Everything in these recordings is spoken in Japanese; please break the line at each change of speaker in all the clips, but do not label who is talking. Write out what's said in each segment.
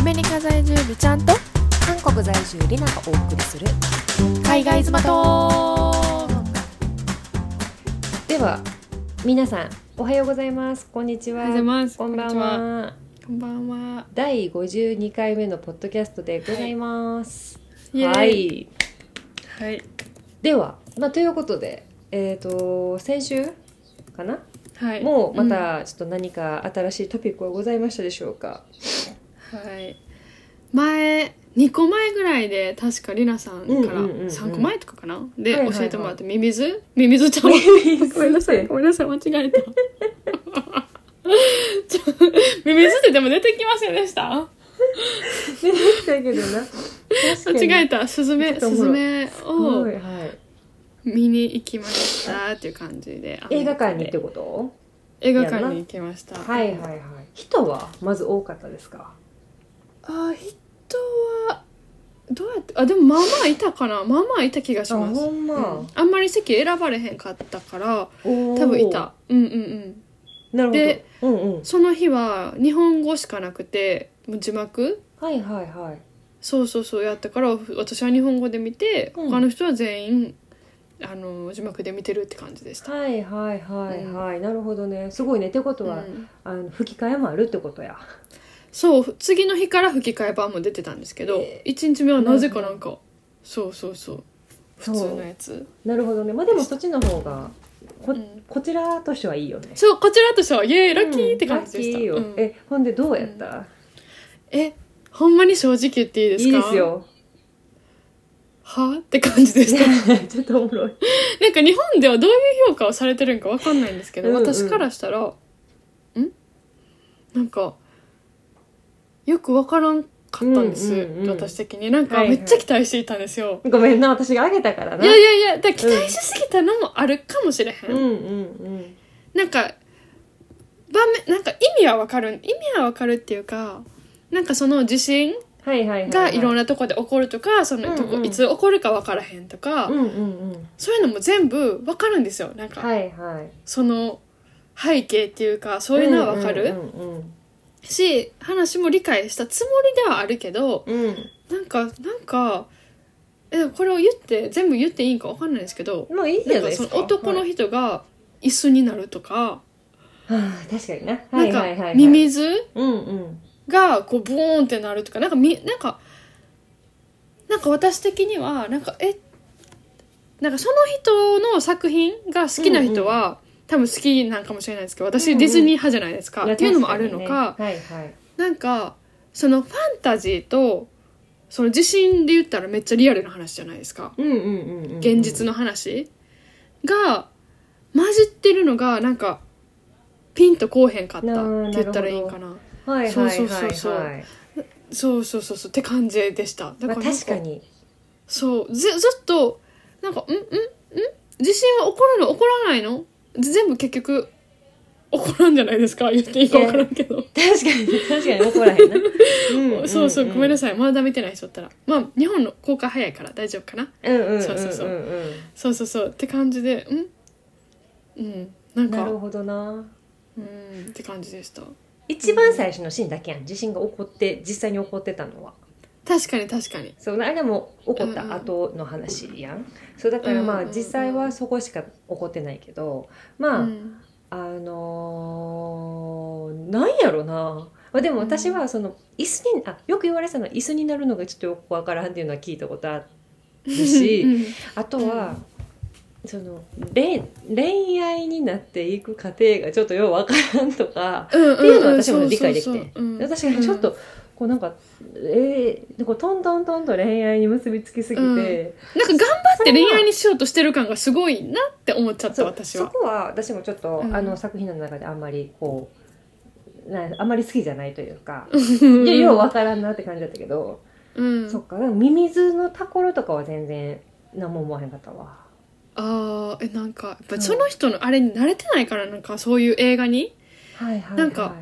メリカ在住美ちゃんと
韓国在住リナがお送りする
海外妻と。
では皆さんおはようございます、こんにちは、
おはようございます、
こんばんは。
こんばんは。
第52回目のポッドキャストでございます、
はい、
はい、
はい、
では、ということで先週かな、
はい、
もうまたちょっと何か新しいトピックはございましたでしょうか。
はい、2個前ぐらいで確かりなさんから3個前とかかなで教えてもらってミミズちゃんごめんなさい間違えたミミズってでも出てきませんでした？
出てきたけどな、
間違えた。スズメを
はい
見に行きましたっていう感じで、
映画館にってこと？
映画館に行きました。
はいはいはい。人はまず多かったですか？
人はどうやってでもまあまあいたかな。まあまあいた気がします。
ほんま、
あんまり席選ばれへんかったから多分いた。
なるほど。
で、その日は日本語しかなくて字幕そうやったから、私は日本語で見て、他の人は全員字幕で見てるって感じでした。
はい、なるほどね。すごいね。ってことは、吹き替えもあるってことや。
そう次の日から吹き替え版も出てたんですけど、1日目はなぜかなんかそう普通のやつ。な
るほどね。でもそっちの方がこちらとしてはいいよね。
そう、こちらとしてはイエーイラッキーって感じでした。
ラッキーよ。ほんでどうやった？
ほんまに正直言っていいですか？
いいですよ。
はって感じでした
ちょっとおもろい。
なんか日本ではどういう評価をされてるんか分かんないんですけど、私からしたらなんかよく分からんかったんです、私的に。なんかめっちゃ期待していたんですよ。
ごめんな、私があげたからな。
いやだ期待しすぎたのもあるかもしれへん。なんか意味は分かるっていうか、なんかその地震がいろんなとこで起こるとか、そのとこいつ起こるか分からへんとか、そういうのも全部分かるんですよ。なんか、その背景っていうかそういうのは分かるし、話も理解したつもりではあるけど、なんかこれを全部言っていいんか分かんないですけど、
いいじゃないですか。
なんかその男の人が椅子になるとか、
確かにな。
なんかミミズがこうボーンってなるとか、なんか私的にはなんかその人の作品が好きな人は、多分好きなんかもしれないですけど、私ディズニー派じゃないですか、っていうのもあるのか、なんかそのファンタジーとその地震で言ったらめっちゃリアルな話じゃないですか。現実の話が混じってるのがなんかピンとこうへんかったって言ったらいいんかな。そうって感じでした。だから
確かに
そうずっとなんか地震は起こるの起こらないの、全部結局起こらんじゃないですか。言っていいか分からんけど、
確かに起こらへんな
そうごめんなさい、まだ見てない人だったら、日本の公開早いから大丈夫かな。そうって感じでなんか
なるほどな
って感じでした。
一番最初のシーンだけやん、地震が起こって実際に起こってたのは。確かにそう、あれも起こった後の話やん、そうだから実際はそこしか起こってないけど、なんやろな。でも私はその椅子によく言われてたのは椅子になるのがちょっとよくわからんっていうのは聞いたことあるし、あとはその恋愛になっていく過程がちょっとよくわからんとかっていうのは私も理解できて、私がちょっとこうなんかトントンと恋愛に結びつきすぎて、なんか
頑張って恋愛にしようとしてる感がすごいなって思っちゃった。私は
そこは私もちょっと、作品の中であんまりこうあんまり好きじゃないというかようわからんなって感じだったけど、そっか、ミミズのところとかは全然何も思わへんかったわ。
なんかやっぱその人のあれに慣れてないから、なんかそういう映画に、なんか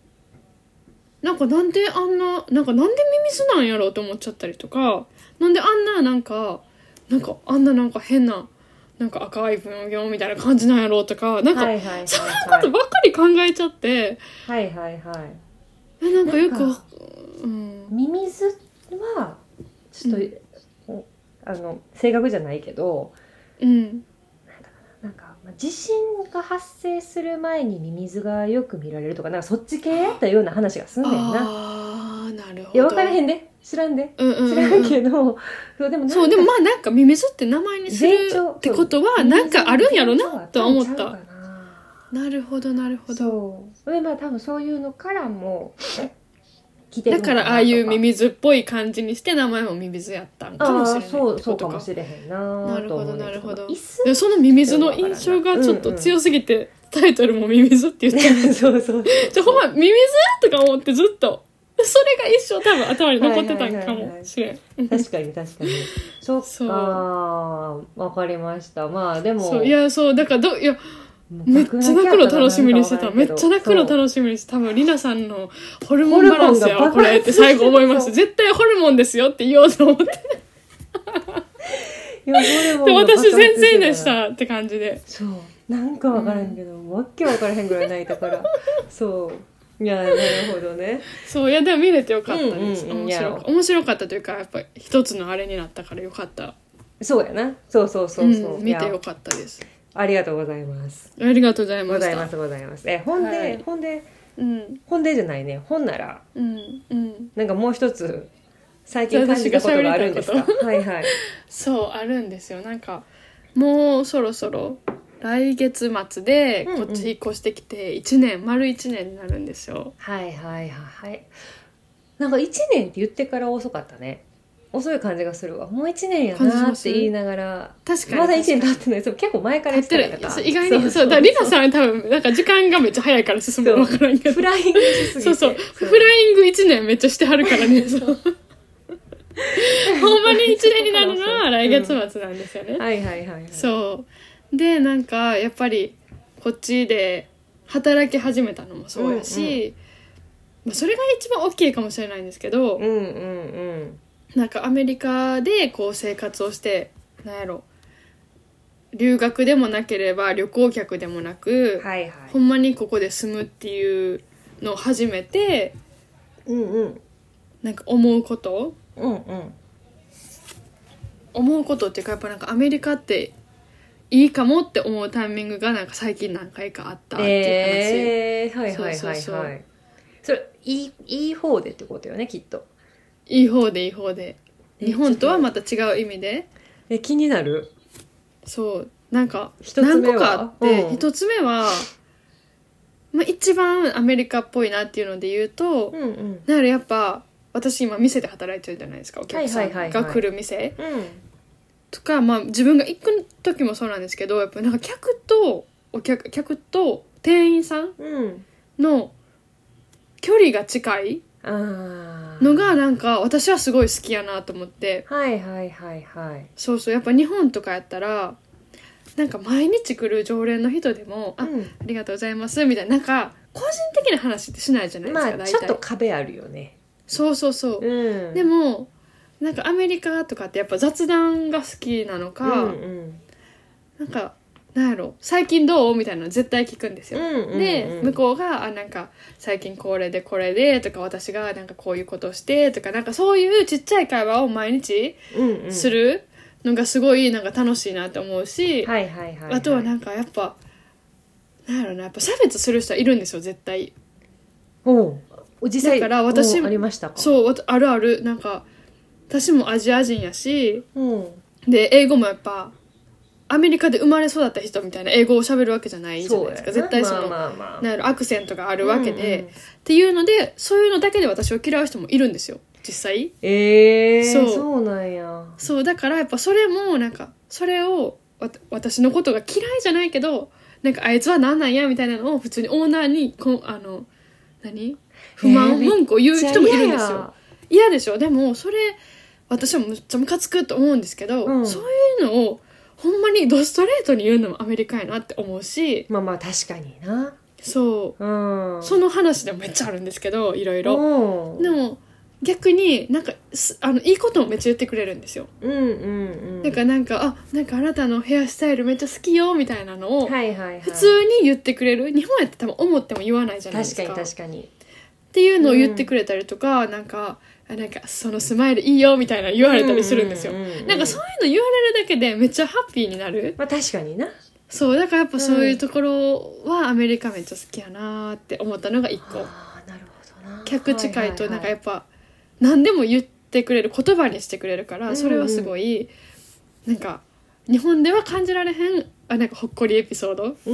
なんでミミズなんやろうと思っちゃったりとか、なんでなんか変ななんか赤い分業みたいな感じなんやろうとか、なんか、そういうことばっかり考えちゃって、なんかよく
ミミズはちょっと、正確じゃないけど、なんか地震が発生する前にミミズがよく見られるとか、なんかそっち系やったような話がすんねんな。
あー、なるほど。
いや分からへんで、知らんで、知らんけど、でもま
あなんかミミズって名前にするってことはなんかあるんやろなとは思った。なるほどなるほど。
そうで多分そういうのからも来てるのかなとか。だ
からああいうミミズっぽい感じにして名前もミミズやったんかもしれない。
そうかもしれへんな。
なるほどなるほど。そのミミズの印象がちょっと強すぎて、タイトルもミミズって言っちゃう。そうほんまミミズとか思ってずっとそれが一生多分頭に残ってたんかもしれん。
確かにそっか、わかりました。まあでも
いやだからいやめっちゃ泣くの楽しみにしてた。めっちゃ泣くの楽しみにして多分リナさんのホルモンバランスやわこれって最後思いました。絶対ホルモンですよって言おうと思ってで私全然でしたって感じで。
そうなんか分からへんけど、わけ分からへんぐらい泣いたからいやなるほどね。
いやでも見れてよかったです。面白かったというか、やっぱり一つのあれになったからよかった。
そうやな。そう、
見てよかったです。
ありがとうございます。
ありがとうございました。
ございます。ほんでじゃないね。ほんなら、なんかもう一つ最近感じたことがあるんですか？
そうあるんですよ。なんかもうそろそろ来月末でこっち引っ越してきて丸1年になるんですよ。
なんか1年って言ってから遅かったね。遅い感じがするわ。もう1年やなって言いながら、
確かに
まだ1年経ってない。結構前から言ってたから。
意外にだからリナさんは多分なんか時間がめっちゃ早いから進むの分からんけど、
フライングしすぎて
フライング1年めっちゃしてはるからね。ほんまに1年になるのは来月末なんですよね。そうでなんかやっぱりこっちで働き始めたのもそうやし、それが一番大きいかもしれないんですけど、なんかアメリカでこう生活をしてなんやろ、留学でもなければ旅行客でもなく、ほんまにここで住むっていうのを初めて、なんか思うこと、思うことっていうか、やっぱなんかアメリカっていいかもって思うタイミングがなんか最近何回かあったっていう話。
それいい方でってことよね、きっと。
いい方で日本とはまた違う意味で
気になる。
なんか何個かあって、一つ目は、一番アメリカっぽいなっていうので言うと、だからやっぱ私今店で働いてるじゃないですか、お客さんが来る店とか、自分が行く時もそうなんですけど、やっぱなんか客と店員さんの距離が近いのがなんか私はすごい好きやなと思って。やっぱ日本とかやったらなんか毎日来る常連の人でもありがとうございますみたいな、なんか個人的な話ってしないじゃないですか。大体
ちょっと壁あるよね。
でもなんかアメリカとかってやっぱ雑談が好きなのか、なんかなんやろ、最近どうみたいなの絶対聞くんですよ。で向こうがなんか最近これでとか、私がなんかこういうことをしてとか、なんかそういうちっちゃい会話を毎日するのがすごいなんか楽しいなって思うし、あとはなんかやっぱなんやろな、やっぱ差別する人はいるんですよ絶対。
実際だから私もありましたか？
あるなんか私もアジア人やし、で英語もやっぱアメリカで生まれ育った人みたいな英語を喋るわけじゃないじゃないですか。絶対そのなんやろアクセントがあるわけで、っていうので、そういうのだけで私を嫌う人もいるんですよ実際。
そうなんや。
だからやっぱそれもなんかそれを私のことが嫌いじゃないけど、なんかあいつはなんなんやみたいなのを普通にオーナーに不満文句を言う人もいるんですよ。嫌でしょ。でもそれ私はむっちゃムカつくと思うんですけど、そういうのをほんまにドストレートに言うのもアメリカやなって思うし、
確かにな。
その話でもめっちゃあるんですけど、いろいろ。でも逆になんかいいこともめっちゃ言ってくれるんですよ。だからなんかあなたのヘアスタイルめっちゃ好きよみたいなのを普通に言ってくれる。日本やって多分思っても言わないじゃないですか。
確かに
っていうのを言ってくれたりとか、なんかそのスマイルいいよみたいな言われたりするんですよ、なんかそういうの言われるだけでめっちゃハッピーになる。
まあ確かにな。
そうだからやっぱそういうところはアメリカめっちゃ好きやなって思ったのが一個。
ああなるほどな。
客近いとなんかやっぱ何でも言ってくれる、言葉にしてくれるから、それはすごいなんか日本では感じられへんなんかほっこりエピソード。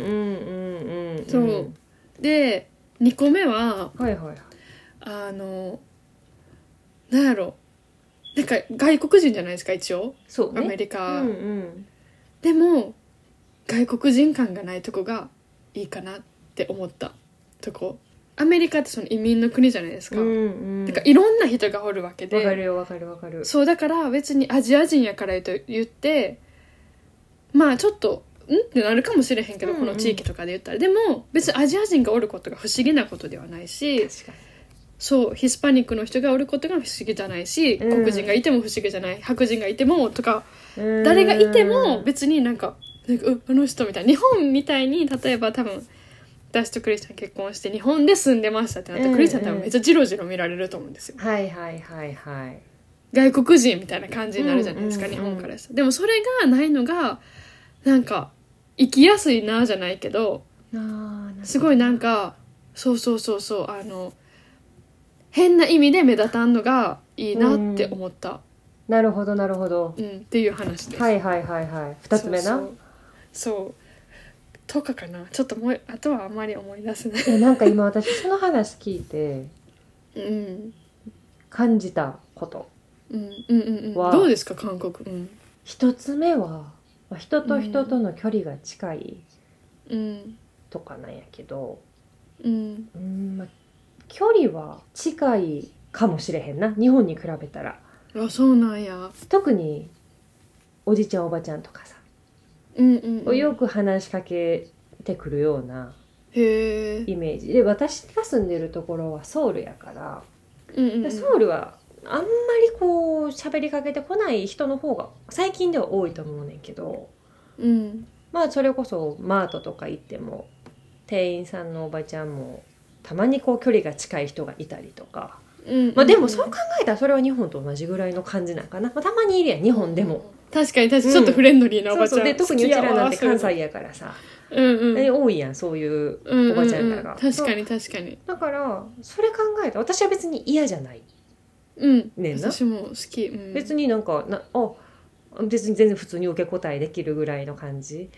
そうで2個目は、なんやろ、なんか外国人じゃないですか一応。そう、ね、アメリカ、でも外国人感がないとこがいいかなって思ったとこ。アメリカってその移民の国じゃないですか、だからいろんな人がおるわけで。
わかるよわかるわかる。
そうだから別にアジア人やからと言ってまあちょっとってなるかもしれへんけど、この地域とかで言ったらでも別にアジア人がおることが不思議なことではないし、
確かに
そうヒスパニックの人がおることが不思議じゃないし、黒人がいても不思議じゃない、白人がいてもとか、誰がいても別になんかあの人みたいな。日本みたいに例えば多分私とクリスチャン結婚して日本で住んでましたってなったら、クリスチャン多分めっちゃジロジロ見られると思うんですよ。
はいはいはいはい。
外国人みたいな感じになるじゃないですか、日本からしたら。でもそれがないのがなんか生きやすいなじゃないけど、すごいなんかそう変な意味で目立たんのがいいなって思った。
なるほどなるほど、
っていう話です。
はいはいはいはい。2つ目な。
そうとかかな。ちょっともうあとはあんまり思い出せない。
なんか今私その話聞いて感じたこと
は、どうですか韓国。
1つ目は人と人との距離が近いとかなんやけど、距離は近いかもしれへんな、日本に比べたら。
あ、そうなんや。
特におじちゃんおばちゃんとかさ、よく話しかけてくるようなイメージで、私が住んでるところはソウルやから、ソウルはあんまりこう喋りかけてこない人の方が最近では多いと思うねんけど、まあそれこそマートとか行っても店員さんのおばちゃんもたまにこう距離が近い人がいたりとか、まあでもそう考えたらそれは日本と同じぐらいの感じなんかな、たまにいるやん日本でも。
確かにちょっとフレンドリーなおばちゃん、
で特にうちらなんて関西やからさ、多いやんそういうおばちゃんらが、
確かに確かに。
だからそれ考えたら私は別に嫌じゃないねんな。
私も好き、
別になんか別に全然普通に受け答えできるぐらいの感じ、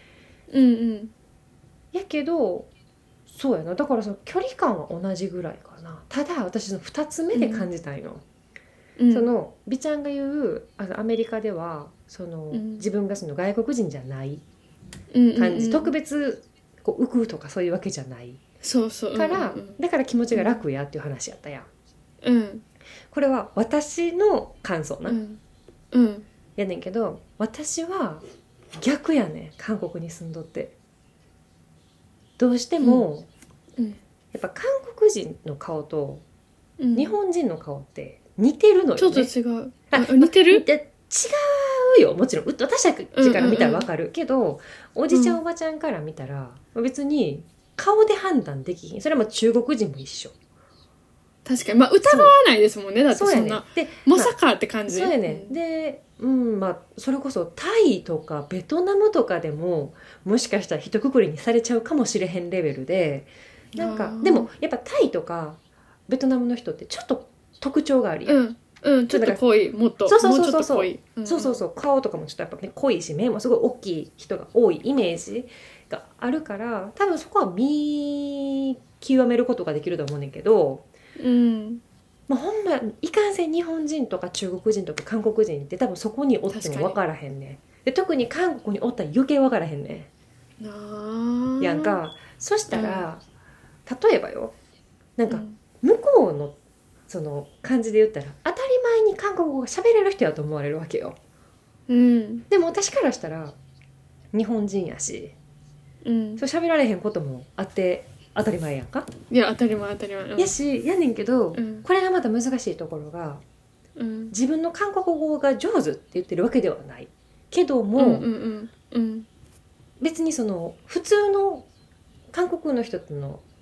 やけどそうやな、だからその距離感は同じぐらいかな。ただ私の2つ目で感じたいの、その美ちゃんが言うアメリカではその、自分がその外国人じゃない感じ、特別こう浮くとかそういうわけじゃないから、だから気持ちが楽やっていう話やったやん、これは私の感想な、やねんけど、私は逆やねん。韓国に住んどってどうしても、やっぱ韓国人の顔と日本人の顔って似てるのよね。
ちょっと違う。似てる？
違うよ、もちろん私たちから見たらわかるけど、おじちゃんおばちゃんから見たら別に顔で判断できひん。それはもう中国人も一緒。
確かに、疑わないですもんね。だってそんな、まさかって感じ。
そうやね。で、それこそタイとかベトナムとかでももしかしたら一括りにされちゃうかもしれへんレベルで、なんかでもやっぱタイとかベトナムの人ってちょっと特徴があるやん。
ちょっと濃い、もっと
そう顔とかもちょっとやっぱね濃いし、目もすごい大きい人が多いイメージがあるから、多分そこは見極めることができると思うねんけど、ほんまいかんせん日本人とか中国人とか韓国人って多分そこにおっても分からへんねん。で特に韓国におったら余計分からへんねんやんか。そしたら、例えばよ、なんか向こうのその感じで言ったら当たり前に韓国語が喋れる人やと思われるわけよ、でも私からしたら日本人やし、そう喋られへんこともあって当たり前やんか。
いや当たり前
やしやねんけど、これがまた難しいところが、自分の韓国語が上手って言ってるわけではないけども、別にその普通の韓国の人との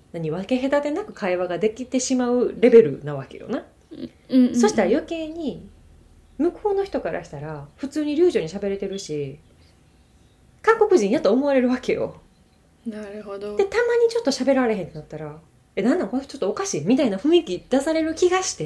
分け隔てなく会話ができてしまうレベルなわけよな、そしたら余計に向こうの人からしたら普通に流暢に喋れてるし韓国人やと思われるわけよ。
なるほど。
でたまにちょっと喋られへんってなったらなんなんこれちょっとおかしいみたいな雰囲気出される気がして、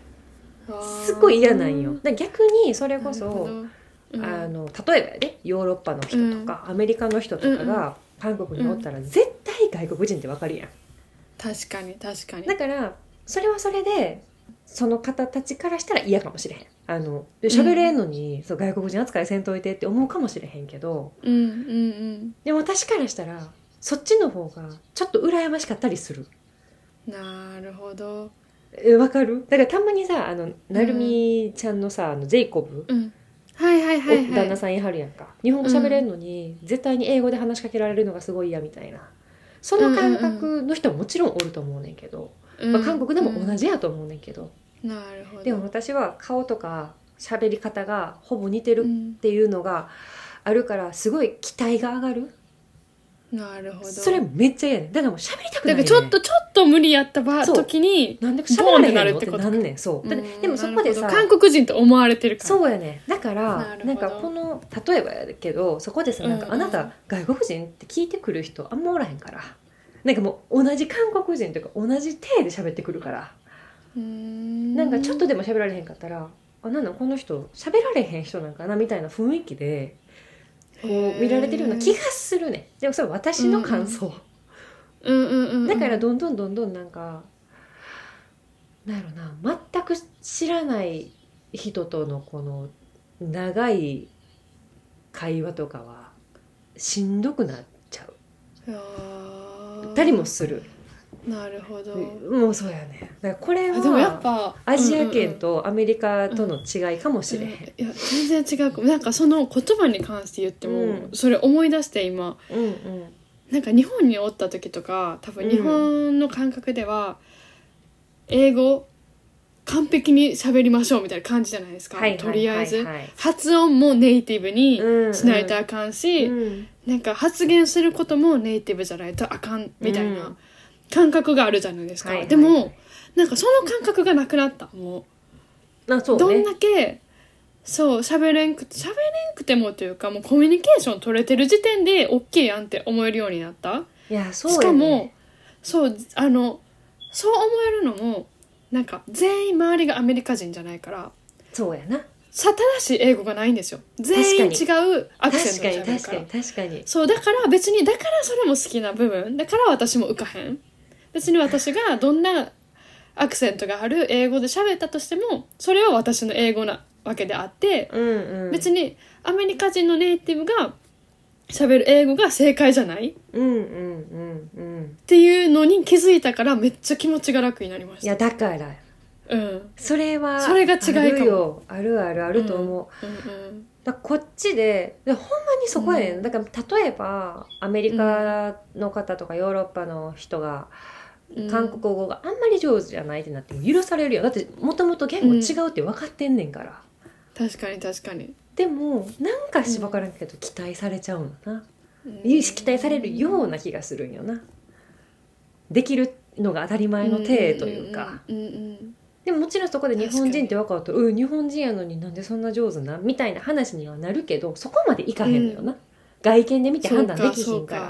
すっごい嫌なんよ。で逆にそれこそ、例えばやでヨーロッパの人とか、アメリカの人とかが韓国におったら、絶対外国人ってわかるやん。
確かに確かに。
だからそれはそれでその方たちからしたら嫌かもしれへん。喋れんのに、そう外国人扱いせんといてって思うかもしれへんけど、でも私からしたらそっちの方がちょっと羨ましかったりする。
なるほど。
わかる？だからたまにさなるみちゃんのさジェイコブ、旦那さんいはるやんか。日本語喋れんのに、絶対に英語で話しかけられるのがすごい嫌みたいな、その感覚の人ももちろんおると思うねんけど、韓国でも同じやと思うねんけど、
なるほど。
でも私は顔とか喋り方がほぼ似てるっていうのがあるからすごい期待が上がる。
なるほど。
それめっちゃ嫌ね。だからもう喋りたくないね。
だからちょっと無理やった時に
なんで喋られへんのってなんねん。そう。でもそこでさ
韓国人と思われてるから。
そうやね。だからなんかこの例えばやけどそこでさなんかあなた外国人って聞いてくる人あんまおらへんから、なんかもう同じ韓国人とか同じ体で喋ってくるから、なんかちょっとでも喋られへんかったらなんだこの人喋られへん人なんかなみたいな雰囲気でこう見られてるような気がするね。でもそれは私の感想、だからどんどんなんかなんやろな、全く知らない人とのこの長い会話とかはしんどくなっちゃうたりもする。
なるほど。
もうそうやね。だからこれは
でもやっぱ
アジア圏とアメリカとの違いかもしれへん。
いや全然違う。なんかその言葉に関して言っても、それ思い出して今、なんか日本におった時とか多分日本の感覚では、英語完璧に喋りましょうみたいな感じじゃないですか。とりあえず発音もネイティブにしないとあかんし、なんか発言することもネイティブじゃないとあかんみたいな感覚があるじゃないですか。でもなんかその感覚がなくなった。もうどんだけ喋れんくてもというか、もうコミュニケーション取れてる時点で OK やんって思えるようになった。
いやそう、ね、
しかもそう思えるのもなんか全員周りがアメリカ人じゃないから、
そうやな、
正しい英語がないんですよ。全員違うアクセントで喋るから。
確かに
そうだから別にだからそれも好きな部分だから私も浮かへん。別に私がどんなアクセントがある英語で喋ったとしてもそれは私の英語なわけであって、別にアメリカ人のネイティブが喋る英語が正解じゃない、っていうのに気づいたからめっちゃ気持ちが楽になりました。
いやだから、それが違いかも。あると思う、だこっちでほんまにそこやねん、だから例えばアメリカの方とかヨーロッパの人が韓国語があんまり上手じゃないってなっても許されるよ。だってもともと言語違うって分かってんねんから、
確かに。で
もなんかしばからんけど期待されちゃうのな、期待されるような気がするんよな。できるのが当たり前の体というか、でももちろんそこで日本人って分かると日本人やのになんでそんな上手なみたいな話にはなるけど、そこまでいかへんのよな、外見で見て判断できひんから。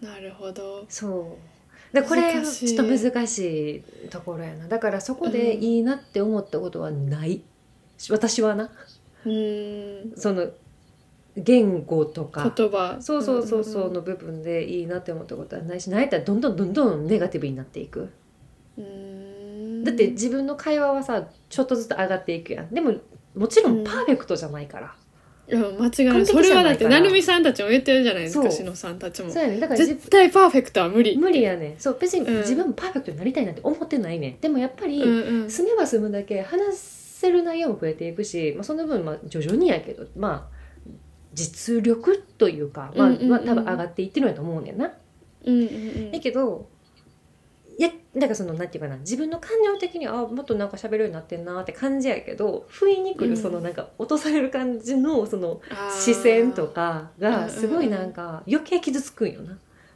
なるほど。
そうでこれちょっと難しいところやな。だからそこでいいなって思ったことはない、私はな。その言語とか
言葉
そうの部分でいいなって思ったことはないし、ないったらどんどんネガティブになっていく。だって自分の会話はさちょっとずつ上がっていくやん。でももちろんパーフェクトじゃないから、
間違いない。それはだってなるみさんたちも言ってるじゃないですか。しのさんたちも
そうやね。だから
絶対パーフェクトは無理
やね。そう別に自分もパーフェクトになりたいなんて思ってないね。でもやっぱり住めば住むだけ話せる内容も増えていくし、その分徐々にやけど実力というか多分上がっていってるんやと思うねんな。だけどなんかそのなんていうかな、自分の感情的にはもっとなんか喋るようになってんなって感じやけど、不意に来るそのなんか落とされる感じのその視線とかがすごいなんか余計傷つくんよな。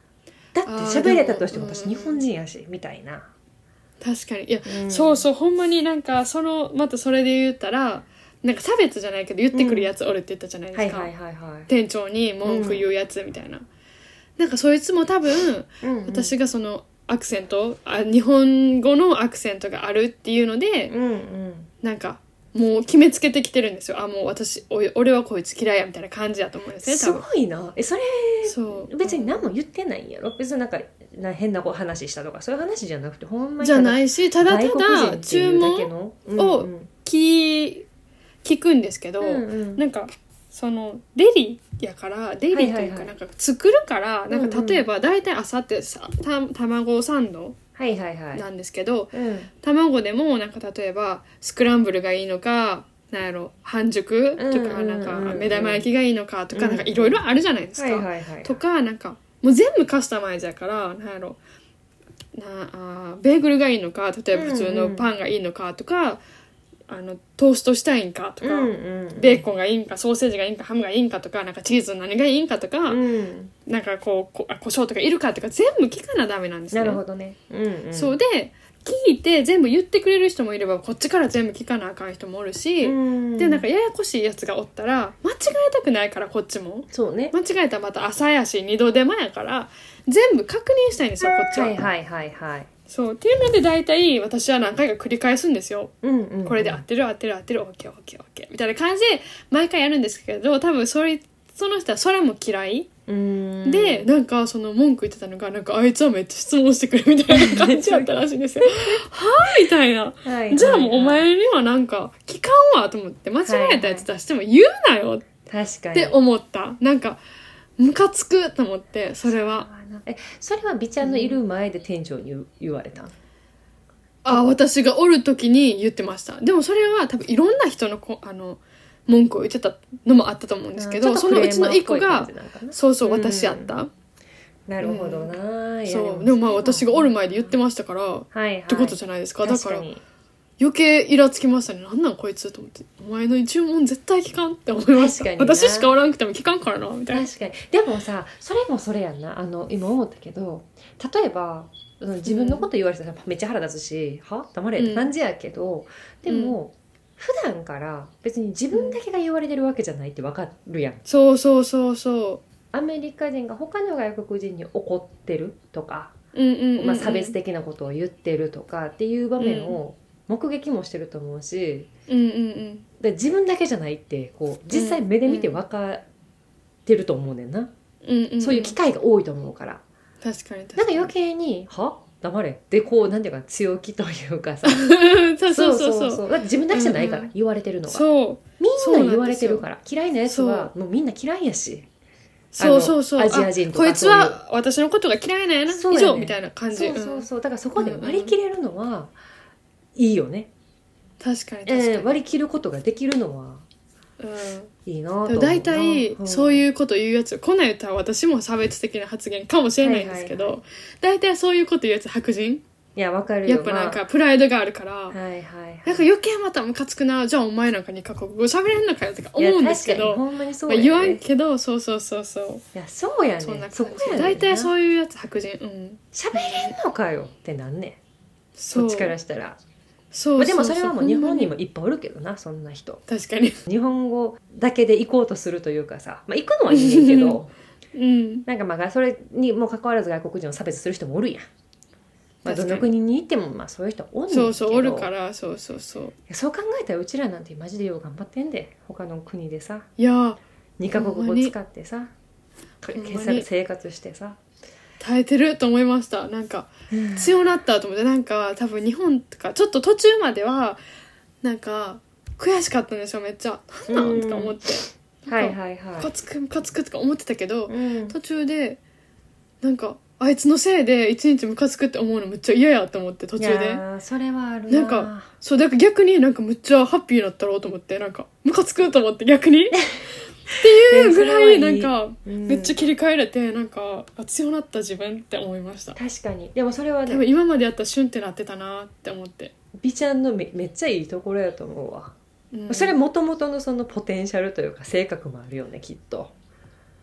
だって喋れたとしても私日本人やしみたいな。
確かにいや、そうそうほんまになんかまたそれで言ったらなんか差別じゃないけど言ってくるやつおるって言ったじゃないですか、店長に文句言うやつみたいな、なんかそいつも多分、私がそのアクセント日本語のアクセントがあるっていうので、なんかもう決めつけてきてるんですよ。もう俺はこいつ嫌いやみたいな感じだと思うんですね。
すごいな。それ別に何も言ってないんやろ。別になんか変な話したとかそういう話じゃなくてほんまに
じゃないし、ただただ注文を聞くんですけど、なんかそのデリやからデリというかなんか作るからなんか例えば大体朝って卵サンドなんですけど、卵でもなんか例えばスクランブルがいいのかなんやろ半熟とかなんか目玉焼きがいいのかとかなんかいろいろあるじゃないですか、とかなんかもう全部カスタマイズやからなんやろベーグルがいいのか例えば普通のパンがいいのかとか、トーストしたいんかとか、ベーコンがいいんかソーセージがいいんかハムがいいんかとかなんかチーズの何がいいんかとか、なんかこう胡椒とかいるかとか全部聞かなダメなんですね。
なるほどね。
そうで聞いて全部言ってくれる人もいればこっちから全部聞かなあかん人もおるし、でなんかややこしいやつがおったら間違えたくないからこっちも
そうね。
間違えたらまた朝やし二度手間やから全部確認したいんですよこっちは。そうっていうので大体私は何回か繰り返すんですよ、これで合ってるオッケーオッケーオッケーみたいな感じで毎回やるんですけど多分その人はそれも嫌いでなんかその文句言ってたのがなんかあいつはめっちゃ質問してくるみたいな感じだったらしいんですよはぁみたいな、じゃあもうお前にはなんか聞かんわと思って間違えたやつ出しても言うなよって思った。なんかムカつくと思ってそれは。
それは美ちゃんのいる前で店長に言われた、
私がおる時に言ってました。でもそれは多分いろんな人の文句を言ってたのもあったと思うんですけど、そのうちの一個がそう私やった、
なるほどな、
そうでもまあ私がおる前で言ってましたから、ってことじゃないですか。だから余計イラつきましたね。なんなんこいつと思ってお前の注文絶対聞かんって思いました。私しかおらんくても聞かんからなみたいな。
確かに。でもさそれもそれやんな。今思ったけど例えば自分のこと言われたらめっちゃ腹立つし、は黙れって感じやけど、でも、普段から別に自分だけが言われてるわけじゃないって分かるやん。
そう
アメリカ人が他の外国人に怒ってるとか、差別的なことを言ってるとかっていう場面を目撃もしてると思うし、で自分だけじゃないってこう実際目で見て分かってると思うねんな、そういう機会が多いと思うから。
確かに
なんか余計には黙れでこうなんていうか強気というかさそうだって自分だけじゃないから、言われてるのがみんな言われてるから。嫌いなやつはもうみんな嫌いやし、
ア
ジア人とか
こいつは私のことが嫌いなんやな、以上みたいな感じ。
だからそこで割り切れるのはいいよね。
確かに
割り切ることができるのはいいなと思うな。
大体そういうこと言うやつ、こんなん言ったら私も差別的な発言かもしれないんですけど、大体そういうこと言うやつ白人。
いやわかるよ。
やっぱなんかプライドがあるから、なんか余計またムカつくな。じゃあお前なんか2カ国語喋れんのかよとか思うんですけど、
ほんまにそうやね。
言わんけどそうい
やそうやね。そんな感じ。
大体そういうやつ白人。
喋れんのかよってなんねん。そっちからしたら。でもそれはもう日本にもいっぱいおるけどな、そんな人。
確かに
日本語だけで行こうとするというかさ、行くのはいいねんけどなんかまあそれにもかかわらず外国人を差別する人もおるやん。どの国に行ってもそういう人おんねんけど、
おるからそう考
えたらうちらなんてマジでよう頑張ってんで、他の国でさ
2
カ国語使ってさ生活してさ
耐えてると思いました。なんか強なったと思って、なんか多分日本とかちょっと途中まではなんか悔しかったんですよ。めっちゃなんなんとか思って、ムカつくとか思ってたけど、途中でなんかあいつのせいで一日ムカつくって思うのめっちゃ嫌やと思って、途中で。
それはあるな。
なんかそうだから逆になんかむっちゃハッピーになったろうと思って、なんかムカつくと思って逆にっていうぐらいなんかめっちゃ切り替えれて、なんか強なった自分って思いました。
確かに。でもそれはね、
多分今までやったらシュンってなってたなって思って。
美ちゃんのめっちゃいいところやと思うわ、それもともとのそのポテンシャルというか性格もあるよねきっと。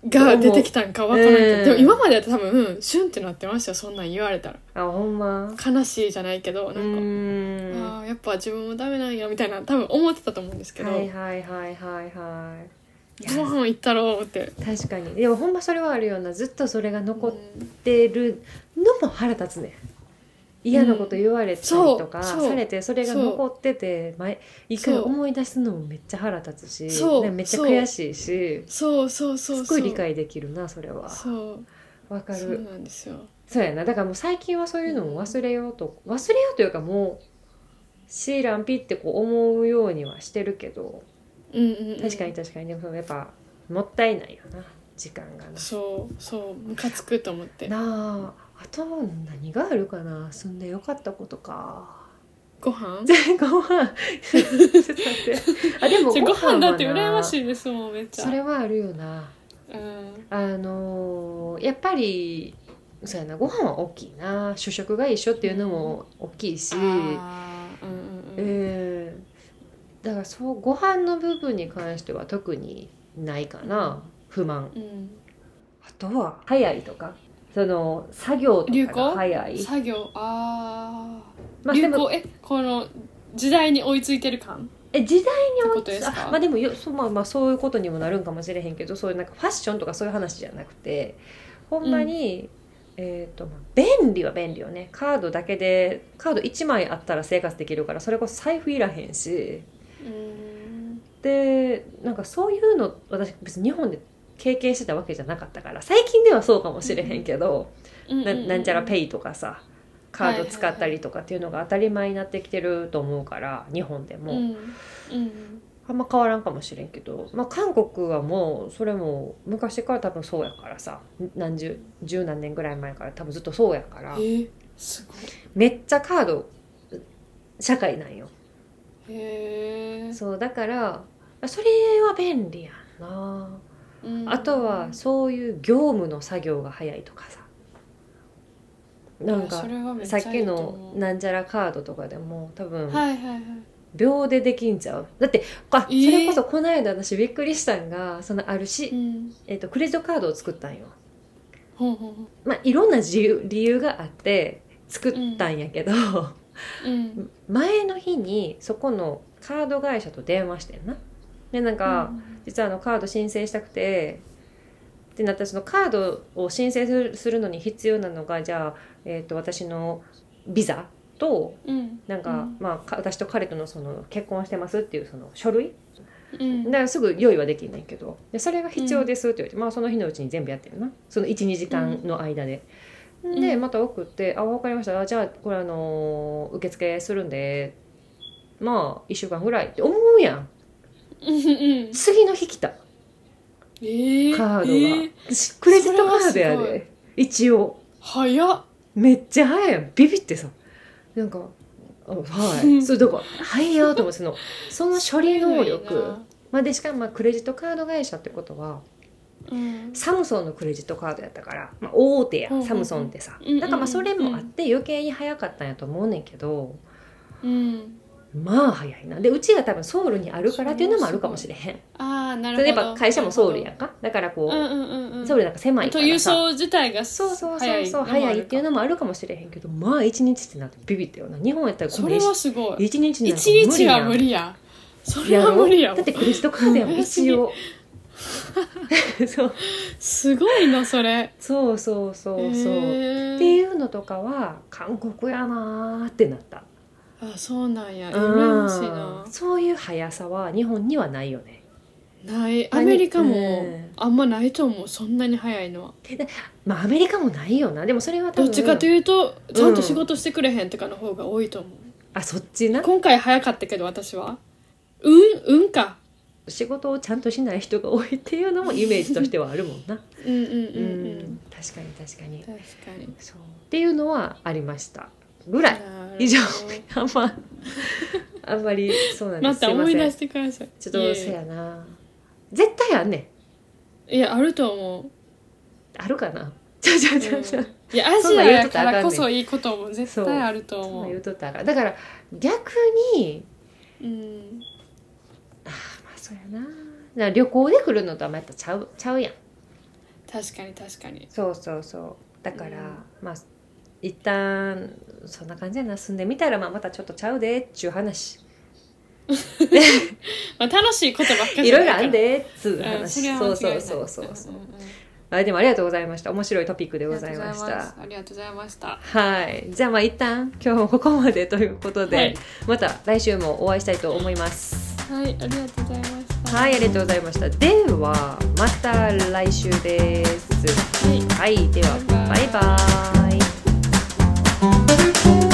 が出てきたんか分からんけど、でも今までは多分シュンってなってましたよ、そんなん言われたら。
あ、ほんま
悲しいじゃないけど、なんかやっぱ自分もダメなんやみたいな多分思ってたと思うんですけど、
はいはいはいはいはい、
ご飯行ったろうって。
確かに。でもほんまそれはあるような、ずっとそれが残ってるのも腹立つね。嫌なこと言われたりとかされて、それが残ってて一回思い出すのもめっちゃ腹立つし、めっちゃ悔しいし、すっごい理解できるな、それは。わかる。
そうなんですよ。
そうやな。だからもう最近はそういうのも忘れようというか、もうシーランピってこう思うようにはしてるけど、確かに確かに。でもやっぱもったいないよな、時間がな。
そうムカつくと思って
なあ。あと何があるかな、住んでよかったことか。
ご飯
ご飯ちょっと待って。あ、でも
ご飯だって羨ましいですもん、めっちゃ。
それはあるよな。やっぱりそうやな、ご飯は大きいな。主食が一緒っていうのも大きいし、だからそうご飯の部分に関しては特にないかな、不満。あとは早いとか、その作業とかが早い。
作業、流行、この時代に追いついてる感。
時代に追いついてる。まあでもそういうことにもなるんかもしれへんけど、そういうなんかファッションとかそういう話じゃなくて、ほんまに、便利は便利よね。カード1枚あったら生活できるから、それこそ財布いらへんし。でなんかそういうの私別に日本で経験してたわけじゃなかったから、最近ではそうかもしれへんけど、なんちゃらペイとかさ、カード使ったりとかっていうのが当たり前になってきてると思うから、日本でも、あんま変わらんかもしれんけど、韓国はもうそれも昔から多分そうやからさ、十何年ぐらい前から多分ずっとそうやから、
すごい、
めっちゃカード社会なんよ。そうだからそれは便利やな。あとはそういう業務の作業が早いとかさ、なんかさっきのなんちゃらカードとかでも多分秒でできんちゃう。だってそれこそこの間私びっくりしたんが、そのあるし、クレジットカードを作ったんよ。いろんな理由があって作ったんやけど、前の日にそこのカード会社と電話してんな。でなんか、実はカード申請したくてってなったら、そのカードを申請するのに必要なのが、じゃあ、私のビザと、なんか、私と彼とのその結婚してますっていうその書類、だからすぐ用意はできないけど、でそれが必要ですって言われて、その日のうちに全部やってるな、その 1,2 時間の間で。でまた送って「分かりました、じゃあこれ受付するんで1週間ぐらい」って思うやん。次の日来た、カードが、クレジットカードやで、一応
早っ、
めっちゃ早いやん。ビビってさ、なんかそれだから早っと思って、その処理能力で、しかもクレジットカード会社ってことはサムソンのクレジットカードやったから、大手や、サムソンってさ、だからそれもあって余計に早かったんやと思うねんけど、早いな。でうちが多分ソウルにあるからっていうのもあるかもしれへん。
なるほど。
例えば会社もソウルやんか、だからこう、ソウルなんか狭いからさ、
輸送自体が
早いっていうのもあるかもしれへんけど、1日ってなってビビったよな。日本やったら
それはすごい。
1日なんか
1日は無理や。それは無理や。
だってクレジットカードやもん一応。
すごいなそれ。
そうっていうのとかは韓国やなーってなった。
そうなんや、羨ましいな。
そういう速さは日本にはないよね。
ない。アメリカもあんまないと思う、そんなに速いのは。
アメリカもないよな。でもそれは多分
どっちかというとちゃんと仕事してくれへんとかの方が多いと思う。
そっちな。
今回早かったけど私は運か、
仕事をちゃんとしない人が多いっていうのもイメージとしてはあるもんな。確かにそうっていうのはありましたぐらい。以上。あんまりそうなんです。
また思い出してください。
ちょっとせやな、絶対あんね
ん。いやあると思う。
あるかな。
いやアジアやからこそいいことも絶対あると思う。
言うとったらだから逆に、そうやな。旅行で来るのとはまたちゃうやん。
確かに確かに。
そうそうそう。だから、まあ一旦そんな感じやな。住んでみたらまたちょっとちゃうでっちゅう話。
まあ楽しいことばっかり
いろいろあんでっつう話、
そう
そうそうそうそう、でもありがとうございました。面白いトピックでございました。
ありがとうございました。
はい、じゃあ一旦今日もここまでということで、また来週もお会いしたいと思います。
はい、ありがとうございました。
はい、ありがとうございました。ではまた来週です。はい、ではバイバイ。